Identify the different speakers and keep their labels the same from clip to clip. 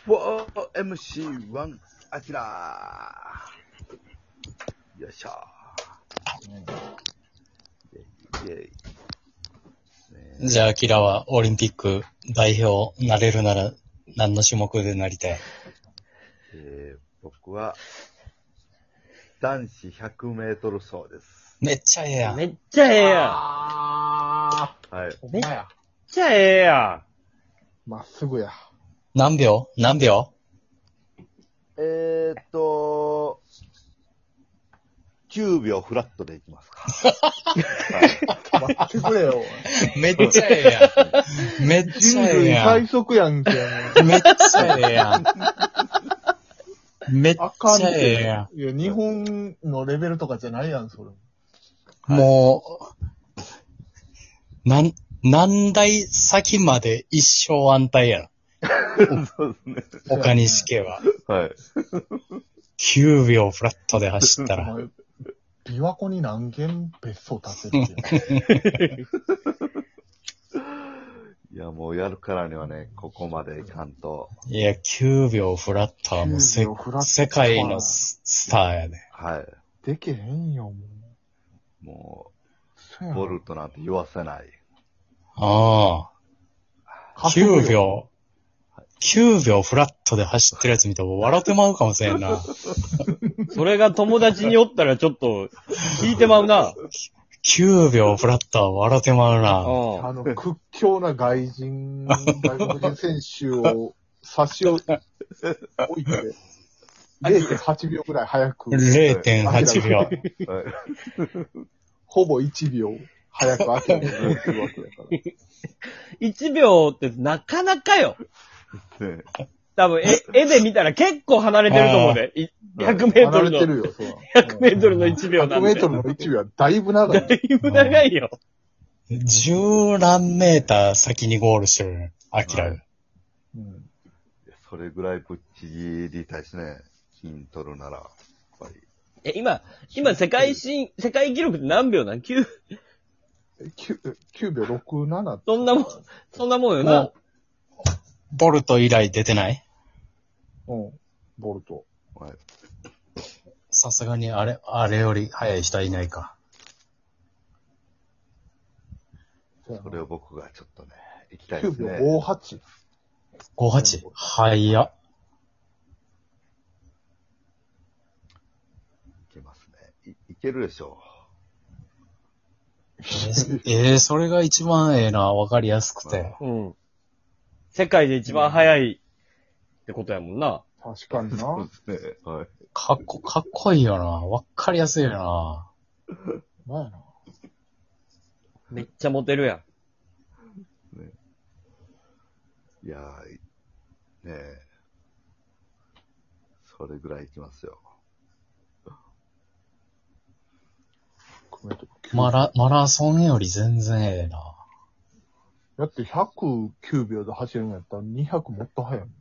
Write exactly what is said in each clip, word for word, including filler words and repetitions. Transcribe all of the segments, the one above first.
Speaker 1: フォーエムシーワン アキラー。よいしょー。イェイイェイ。
Speaker 2: じゃあ、アキラはオリンピック代表なれるなら何の種目でなりたい？
Speaker 1: えー、僕は男子ひゃくメートル走です。
Speaker 2: めっちゃええやん。
Speaker 3: めっちゃええやん。
Speaker 4: あー。
Speaker 1: はい。
Speaker 3: めっ
Speaker 4: ほんまや。
Speaker 3: ちゃええや
Speaker 4: まっすぐや。
Speaker 2: 何秒何秒
Speaker 1: えーっと、きゅうびょうフラットでいきますか。
Speaker 4: 待ってくれよ。
Speaker 2: めっちゃええやん。めっち
Speaker 4: 人
Speaker 2: ゃええや
Speaker 4: 類最
Speaker 2: ん。
Speaker 4: 速やんけ。
Speaker 2: めっちゃええやん。めっ
Speaker 4: あかん
Speaker 2: ちゃええや
Speaker 4: いや、日本のレベルとかじゃないやん、それ。
Speaker 2: ん。もう、なん、何台先まで一生安泰やろ。
Speaker 1: そうですね。
Speaker 2: 岡西家は。
Speaker 1: はい。
Speaker 2: きゅうびょうフラットで走った
Speaker 4: お
Speaker 2: ら。
Speaker 4: 前琵琶湖に何軒別荘建ててる
Speaker 1: いや、もうやるからにはね、ここまでいかんと。
Speaker 2: いや、きゅうびょうフラットはもうせ
Speaker 4: きゅうびょうフラット
Speaker 2: 世界のススターやで。
Speaker 1: はい。
Speaker 4: でけへんよ、も
Speaker 1: も
Speaker 4: う。そや
Speaker 1: う、ボルトなんて言わせない。
Speaker 2: ああ。
Speaker 4: 稼ぐよ
Speaker 2: きゅうびょう。きゅうびょうフラットで走ってるやつ見たら笑ってまうかもしれんな。
Speaker 3: ん。それが友達におったらちょっと、聞いてまうな。
Speaker 2: きゅうびょうフラットは笑ってまうな。
Speaker 3: う
Speaker 4: あの、屈強な外人、外国人選手を差し置いて、れいてんはちびょうぐらい早く。
Speaker 2: れいてんはちびょう。
Speaker 1: はい。
Speaker 4: ほぼいちびょう早く明らかにゴールするわけだから。
Speaker 3: ん。いちびょうってなかなかよ。
Speaker 1: ね
Speaker 3: 多分、え、絵で見たら結構離れてると思うで。いひゃくメートルの、
Speaker 4: 離れてるよ、そう。
Speaker 3: ひゃくメートルのいちびょう
Speaker 4: 100
Speaker 3: なんで。
Speaker 4: メートルのいちびょうはだいぶ長い。
Speaker 3: だいぶ長いよ。
Speaker 2: 十何メーター先にゴールしてる。アキラが。
Speaker 4: うん
Speaker 1: それぐらいぶっちぎりたいですね。金取るなら。やっぱり。
Speaker 3: え、今、今世界新、世界記録って何秒なん ?きゅう、
Speaker 4: きゅうびょうろくなな。
Speaker 3: そんなもん、そんなもんよな。
Speaker 2: もう、ボルト以来出てない
Speaker 4: うん。ボルト。
Speaker 1: はい。
Speaker 2: さすがにあれ、あれより速い人はいないか。
Speaker 1: それを僕がちょっとね、行きたい
Speaker 4: きゅう
Speaker 1: ですね。
Speaker 4: びょうごはち。
Speaker 2: ごじゅうはち。速っ。
Speaker 1: いけますね。い、いけるでしょ
Speaker 2: えー、えーそれが一番ええな、わかりやすくて。
Speaker 3: うん。世界で一番速いってことやもんな。
Speaker 4: 確かに
Speaker 1: う。そう
Speaker 4: な。
Speaker 1: ですね。はい。
Speaker 2: かっこ、かっこいいよな。わかりやすいよな。
Speaker 4: なんやな。
Speaker 3: めっちゃモテるやん。
Speaker 1: ね、いやー、ねえ。それぐらい行きますよ。
Speaker 2: マラ、マラソンより全然ええな。
Speaker 4: だってひゃくきゅうびょうで走るんやったらにひゃくもっと速いもん。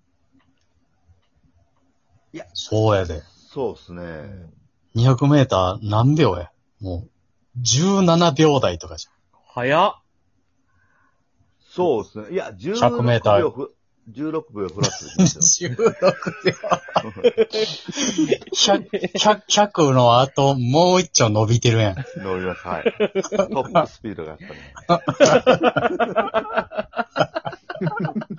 Speaker 2: そうやで。
Speaker 1: そうですね。
Speaker 2: にひゃくメーター何秒やもう、じゅうななびょう台とかじ
Speaker 3: 早っ。
Speaker 1: そうですね。いや、じゅう
Speaker 2: ひゃくメーター
Speaker 1: ろくびょうふ、じゅうろくびょうフラットできますよ。
Speaker 2: ゃん。じゅうろくびょう。ひゃく、ひゃく、ひゃくの後、もう一丁伸びてるやん。
Speaker 1: 乗ります。はい。トップスピードがあったね。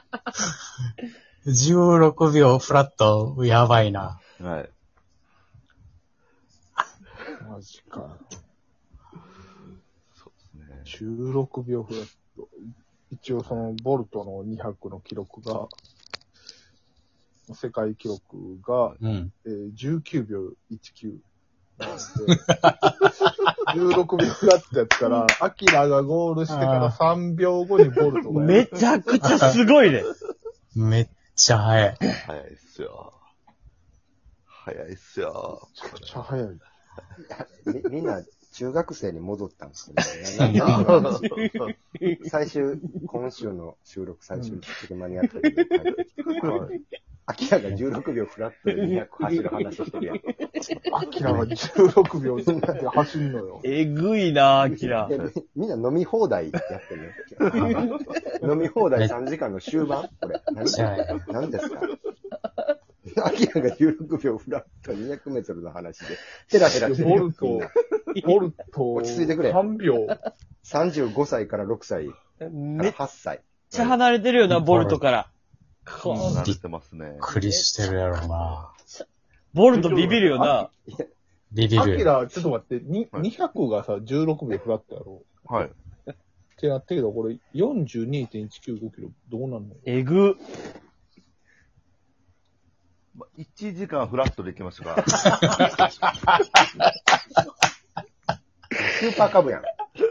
Speaker 2: じゅうろくびょうフラット、やばいな。
Speaker 1: はい。
Speaker 4: マジか。
Speaker 1: そうですね。
Speaker 4: じゅうろくびょうフラット。一応そのボルトのにひゃくの記録が、世界記録が、
Speaker 2: うん。
Speaker 4: えー、じゅうきゅうびょういちきゅう。なので、じゅうろくびょうフラットやったら、アキラがゴールしてからさんびょうごにボルトがやる。
Speaker 3: めちゃくちゃすごいね。
Speaker 2: めっちゃ速い。
Speaker 1: 早いっすよ。早いっすよ。
Speaker 4: めちゃくちゃ速い。
Speaker 5: み、みんな中学生に戻ったんですけど、ね、なんか最終、今週の収録最終的に間に合ったけど、帰ってきてアキラがじゅうろくびょうフラットでにひゃく走る話してるやん。
Speaker 4: アキラがじゅうろくびょうで走んのよ。
Speaker 3: えぐいな、アキラ。
Speaker 5: でみんな飲み放題やってるね。飲み放題さんじかんの終盤これ。何何ですかアキラがじゅうろくびょうフラットにひゃくメートルの話で、ヘラヘラしてるよ。
Speaker 4: ボルト、ボルト、
Speaker 5: 落ち着いてくれ
Speaker 4: さんびょう。
Speaker 5: さんじゅうごさいからろくさいから
Speaker 3: めっ
Speaker 5: はっさい。
Speaker 3: ちゃ離れてるよな、ボルトから。
Speaker 1: うん慣れてますね。
Speaker 2: クリしてるやろな。
Speaker 3: ボルトビビるよな。
Speaker 2: ビビ
Speaker 4: アキ
Speaker 2: るよ。
Speaker 4: ラ、ちょっと待って、に
Speaker 1: はい
Speaker 4: にひゃくがさ、じゅうろくびょうフラットやろ。
Speaker 1: はい。
Speaker 4: ってなってけど、これ よんじゅうにてんいちきゅうごキロ、どうなんの
Speaker 3: えぐ。
Speaker 1: まいちじかんフラットで行きましたか。
Speaker 5: スーパーカブやん。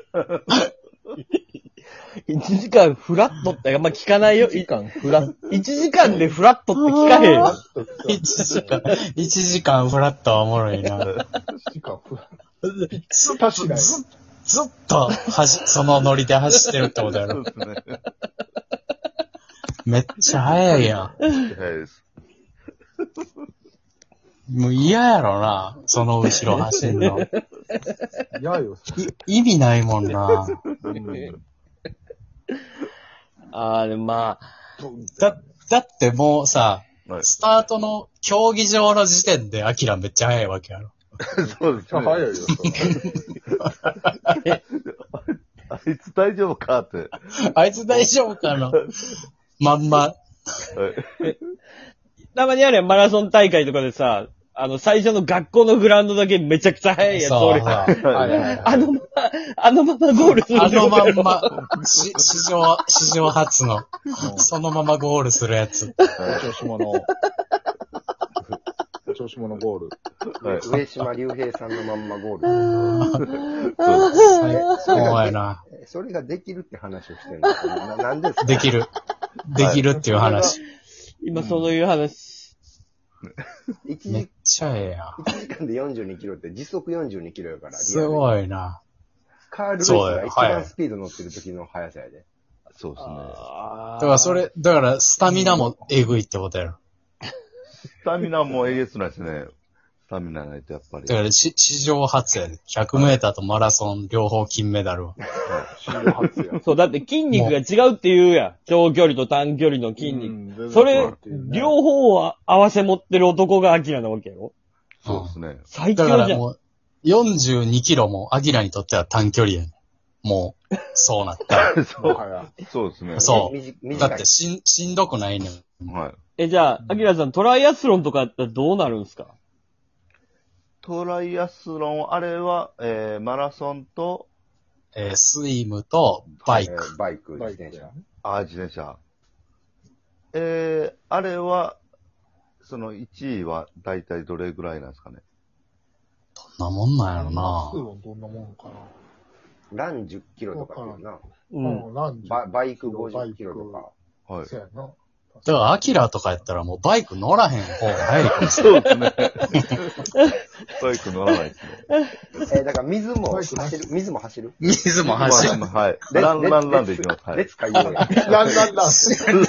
Speaker 3: いちじかんフラットってあんま聞かないよ。
Speaker 4: いちじかんフラット。
Speaker 3: いちじかんでフラットって聞かへんよ。
Speaker 2: いちじかん、いちじかんフラットはおもろいな。
Speaker 4: いちじかんフラット。ピッチ足しない。
Speaker 2: ずっと、はし、そのノリで走ってるってことやろ。
Speaker 1: そうですね。
Speaker 2: めっちゃ速いやん。
Speaker 1: 早いです。
Speaker 2: もう嫌やろな、その後ろ走んの。
Speaker 4: 嫌よ。
Speaker 2: い意味ないもんな。
Speaker 3: あー、でもまあ、
Speaker 2: だ、だってもうさ、
Speaker 1: はい。
Speaker 2: スタートの競技場の時点でアキラめっちゃ速いわけやろ。
Speaker 1: そうですね。
Speaker 4: めっちゃ早いよ。
Speaker 1: あいつ大丈夫かって。
Speaker 2: あいつ大丈夫かなまんま。
Speaker 1: はい。
Speaker 3: たまにあるやん、マラソン大会とかでさ、あの、最初の学校のグラウンドだけめちゃくちゃ速いやつ、俺。
Speaker 2: そうそう。
Speaker 4: はいはいはい。
Speaker 3: あのまま、あのままゴールする
Speaker 2: あのまん
Speaker 3: ま。
Speaker 2: ま、し史上、史上初の、そのままゴールするやつ。
Speaker 4: お調子者。お調子者ゴール。
Speaker 1: はい。
Speaker 5: 上島竜兵さんのまんまゴール。
Speaker 2: 最高やな。
Speaker 5: えそれができるって話をしてるんですななんですか
Speaker 2: できる。できるっていう話。
Speaker 3: 今そういう話。
Speaker 5: 1
Speaker 2: めっ
Speaker 5: 時
Speaker 2: ちゃええやん。
Speaker 5: 一時間でよんじゅうにキロって時速よんじゅうにキロやから。
Speaker 2: す
Speaker 5: い。
Speaker 2: ごいな。
Speaker 5: カール・ルイス
Speaker 2: そうよ
Speaker 5: が一番スピード乗ってる時の速さやで。
Speaker 1: そうですね。
Speaker 3: あ
Speaker 2: だからそれ、だからスタミナもえぐいってことやろ。
Speaker 1: スタミナもえげつないですね。スタミナないとやっぱり。
Speaker 2: だからし史上初やで。ひゃくメーターとマラソン両方金メダルは。
Speaker 4: 史上初や。
Speaker 3: そう、だって筋肉が違うって言うやん。長距離と短距離の筋肉。
Speaker 4: うん
Speaker 3: それ、
Speaker 4: 両
Speaker 3: 両方を合わせ持ってる男がアキラなわけやろ。
Speaker 1: そうですね。
Speaker 3: 最強じゃん。
Speaker 2: だからもう、よんじゅうにキロもアキラにとっては短距離やねん。もう、そうなったら。
Speaker 1: そう。
Speaker 4: はや。
Speaker 1: そうですね。
Speaker 2: そう
Speaker 5: みじ短い
Speaker 2: だってしん、しんどくないねん。
Speaker 1: はい。
Speaker 3: え、じゃあ、アキラさん、トライアスロンとかやったらどうなるんすか？
Speaker 1: トライアスロン、あれは、えー、マラソンと、
Speaker 2: えースイムとバイ
Speaker 5: え
Speaker 2: ク。
Speaker 5: ーバイク、
Speaker 4: バイク
Speaker 5: 自転車。
Speaker 1: あ、自転車。えー、あれは、そのいちいはだいたいどれぐらいなんですかね。
Speaker 2: どんなもんなんやろな
Speaker 4: ス。ロンどんなもんかな。
Speaker 5: ランじゅっキロとかっていうな。
Speaker 3: うん。
Speaker 4: うん、何時
Speaker 5: ババイクごじゅっキロとか。
Speaker 1: はい。
Speaker 4: そうやな。
Speaker 2: だからアキラとかやったらもうバイク乗らへん方が早いかもし
Speaker 1: そうですね。バイク乗らないですね。
Speaker 5: えー、だから水も
Speaker 4: バイクな
Speaker 5: 走る、水も走る
Speaker 2: れん。水も走る。
Speaker 1: まあはい。ラン、ラン、ランで行きます。はい。
Speaker 5: 列か言うやん。
Speaker 4: ランランラン。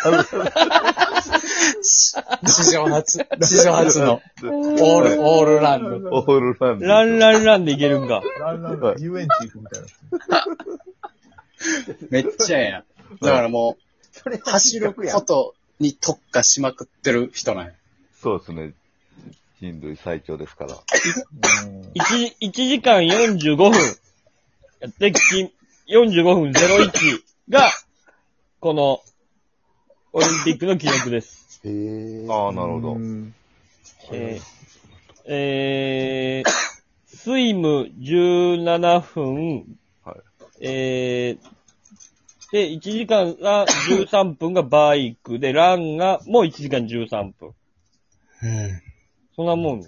Speaker 2: 史上初、史上初の、オール、オールランド。
Speaker 1: オールランで。
Speaker 3: ランランランでいけるんか。
Speaker 4: ランランラン。遊園地行くみたいな。
Speaker 2: めっちゃええやん。だからも
Speaker 5: それ
Speaker 2: う、走ることに特化しまくってる人なんや。
Speaker 1: そうですね。人類最強ですから。
Speaker 3: いち、いちじかんよんじゅうごふんやって、きよんじゅうごふんゼロいちが、この、オリンピックの記録です。
Speaker 5: へー。
Speaker 1: ああ、なるほど。
Speaker 4: うん
Speaker 3: えー、えー、スイムじゅうななふん、
Speaker 1: はい。
Speaker 3: えー、で、いちじかんがじゅうさんぷんがバイクで、ランがもういちじかんじゅうさんぷん。
Speaker 2: うん。
Speaker 3: そんなもん。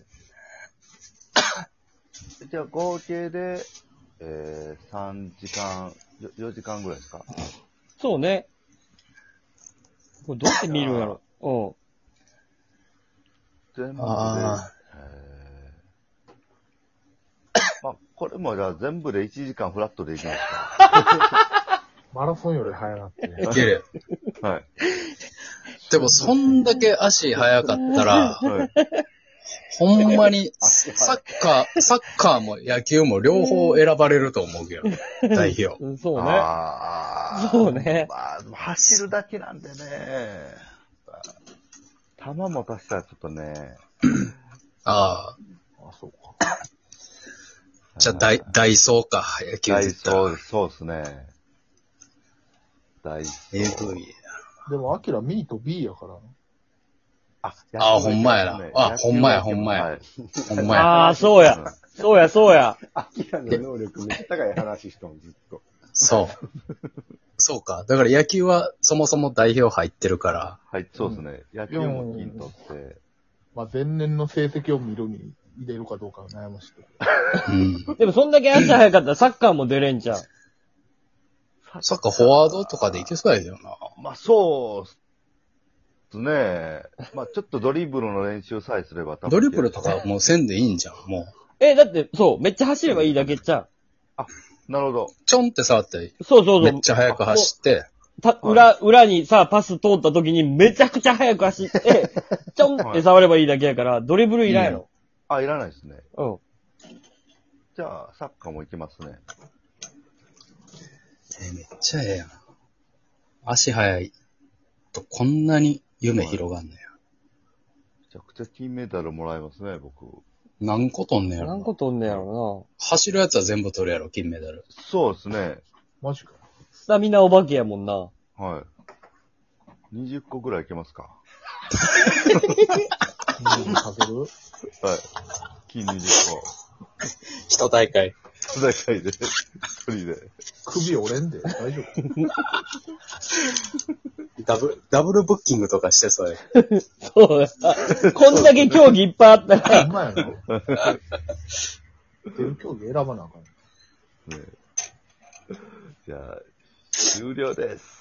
Speaker 1: じゃあ合計で、えー、さんじかん、よよじかんぐらいですか。
Speaker 3: そうね。これどうやって見るんやろ。うん。
Speaker 1: 全部で、
Speaker 2: あ
Speaker 1: えー、まあ、これもじゃあ全部でいちじかんフラットでいきます
Speaker 4: マラソンより早なってね。
Speaker 2: いける。
Speaker 1: か。はい。
Speaker 2: でも、そんだけ足速かったら、
Speaker 1: はい。
Speaker 2: ほんまに、サッカー、サッカーも野球も両方選ばれると思うけど、代表。
Speaker 3: うんそうね。
Speaker 1: ああ。
Speaker 3: そうね
Speaker 1: まあ、走るだけなんでね。球持たしたらちょっとね。
Speaker 2: ああ。
Speaker 4: あ、そうか。
Speaker 2: じゃあ、ダイ、ダイソーか、野球
Speaker 1: ダイ
Speaker 2: で言ったら。
Speaker 1: ソー、そうですね。ダイソー。
Speaker 2: えぐい
Speaker 4: でも、アキラミーと B やからな。
Speaker 1: あ、
Speaker 2: あほんまやなあほんまやほんまや
Speaker 1: はい。
Speaker 2: ほんまや。
Speaker 3: ああ、そうや。そうや、そうや。
Speaker 5: アキラの能力めっちゃ高い話しとん、ずっと。
Speaker 2: そう。そうか。だから野球はそもそも代表入ってるから。
Speaker 1: はい、そうですね。野球も金取って。
Speaker 4: まあ、前年の成績を見るに入れるかどうかは悩ましいけど。
Speaker 2: うん。
Speaker 3: でもそんだけ足速かったらサッカーも出れんじゃん。
Speaker 2: サッカーフォワードとかでいけそうやけどな。
Speaker 1: まあ、そうですね。まあ、ちょっとドリブルの練習さえすれば多分。
Speaker 2: ドリブルとかもうせんでいいんじゃん、もう。
Speaker 3: え、だって、そう、めっちゃ走ればいいだけじゃん。
Speaker 1: なるほど。
Speaker 2: ちょんって触って、
Speaker 3: そうそうそう
Speaker 2: めっ。ちゃ速く走って、
Speaker 3: た、裏、裏にさ、パス通った時にめちゃくちゃ速く走って、ちょんって触ればいいだけやから、ドリブルいらんやろ。
Speaker 1: あ、いらないですね。
Speaker 3: うん。
Speaker 1: じゃあ、サッカーもいけますね。
Speaker 2: えーめっちゃええやん。足速いとこんなに夢広がんねや。
Speaker 1: めちゃくちゃ金メダルもらえますね、僕。
Speaker 2: 何個取んねやろな。
Speaker 3: 何個取んねやろ
Speaker 2: 走るやつは全部取るやろ、金メダル。
Speaker 1: そうですね。
Speaker 4: マジか。
Speaker 3: な。スタミナお化けやもんな。
Speaker 1: はい。にじゅっこぐらいいけますか。
Speaker 4: にかける
Speaker 1: はい。金にじゅっこ。
Speaker 2: 一大会。
Speaker 1: 大会で、一人で。
Speaker 4: 首折れんで大丈
Speaker 2: ダブ、ダブルブッキングとかしてそうや。
Speaker 3: そうや。こんだけ競技いっぱいあった
Speaker 4: 夫
Speaker 3: ら、
Speaker 4: ほんまやな。出る競技選ばなあかん。
Speaker 1: ね、じゃあ、終了です。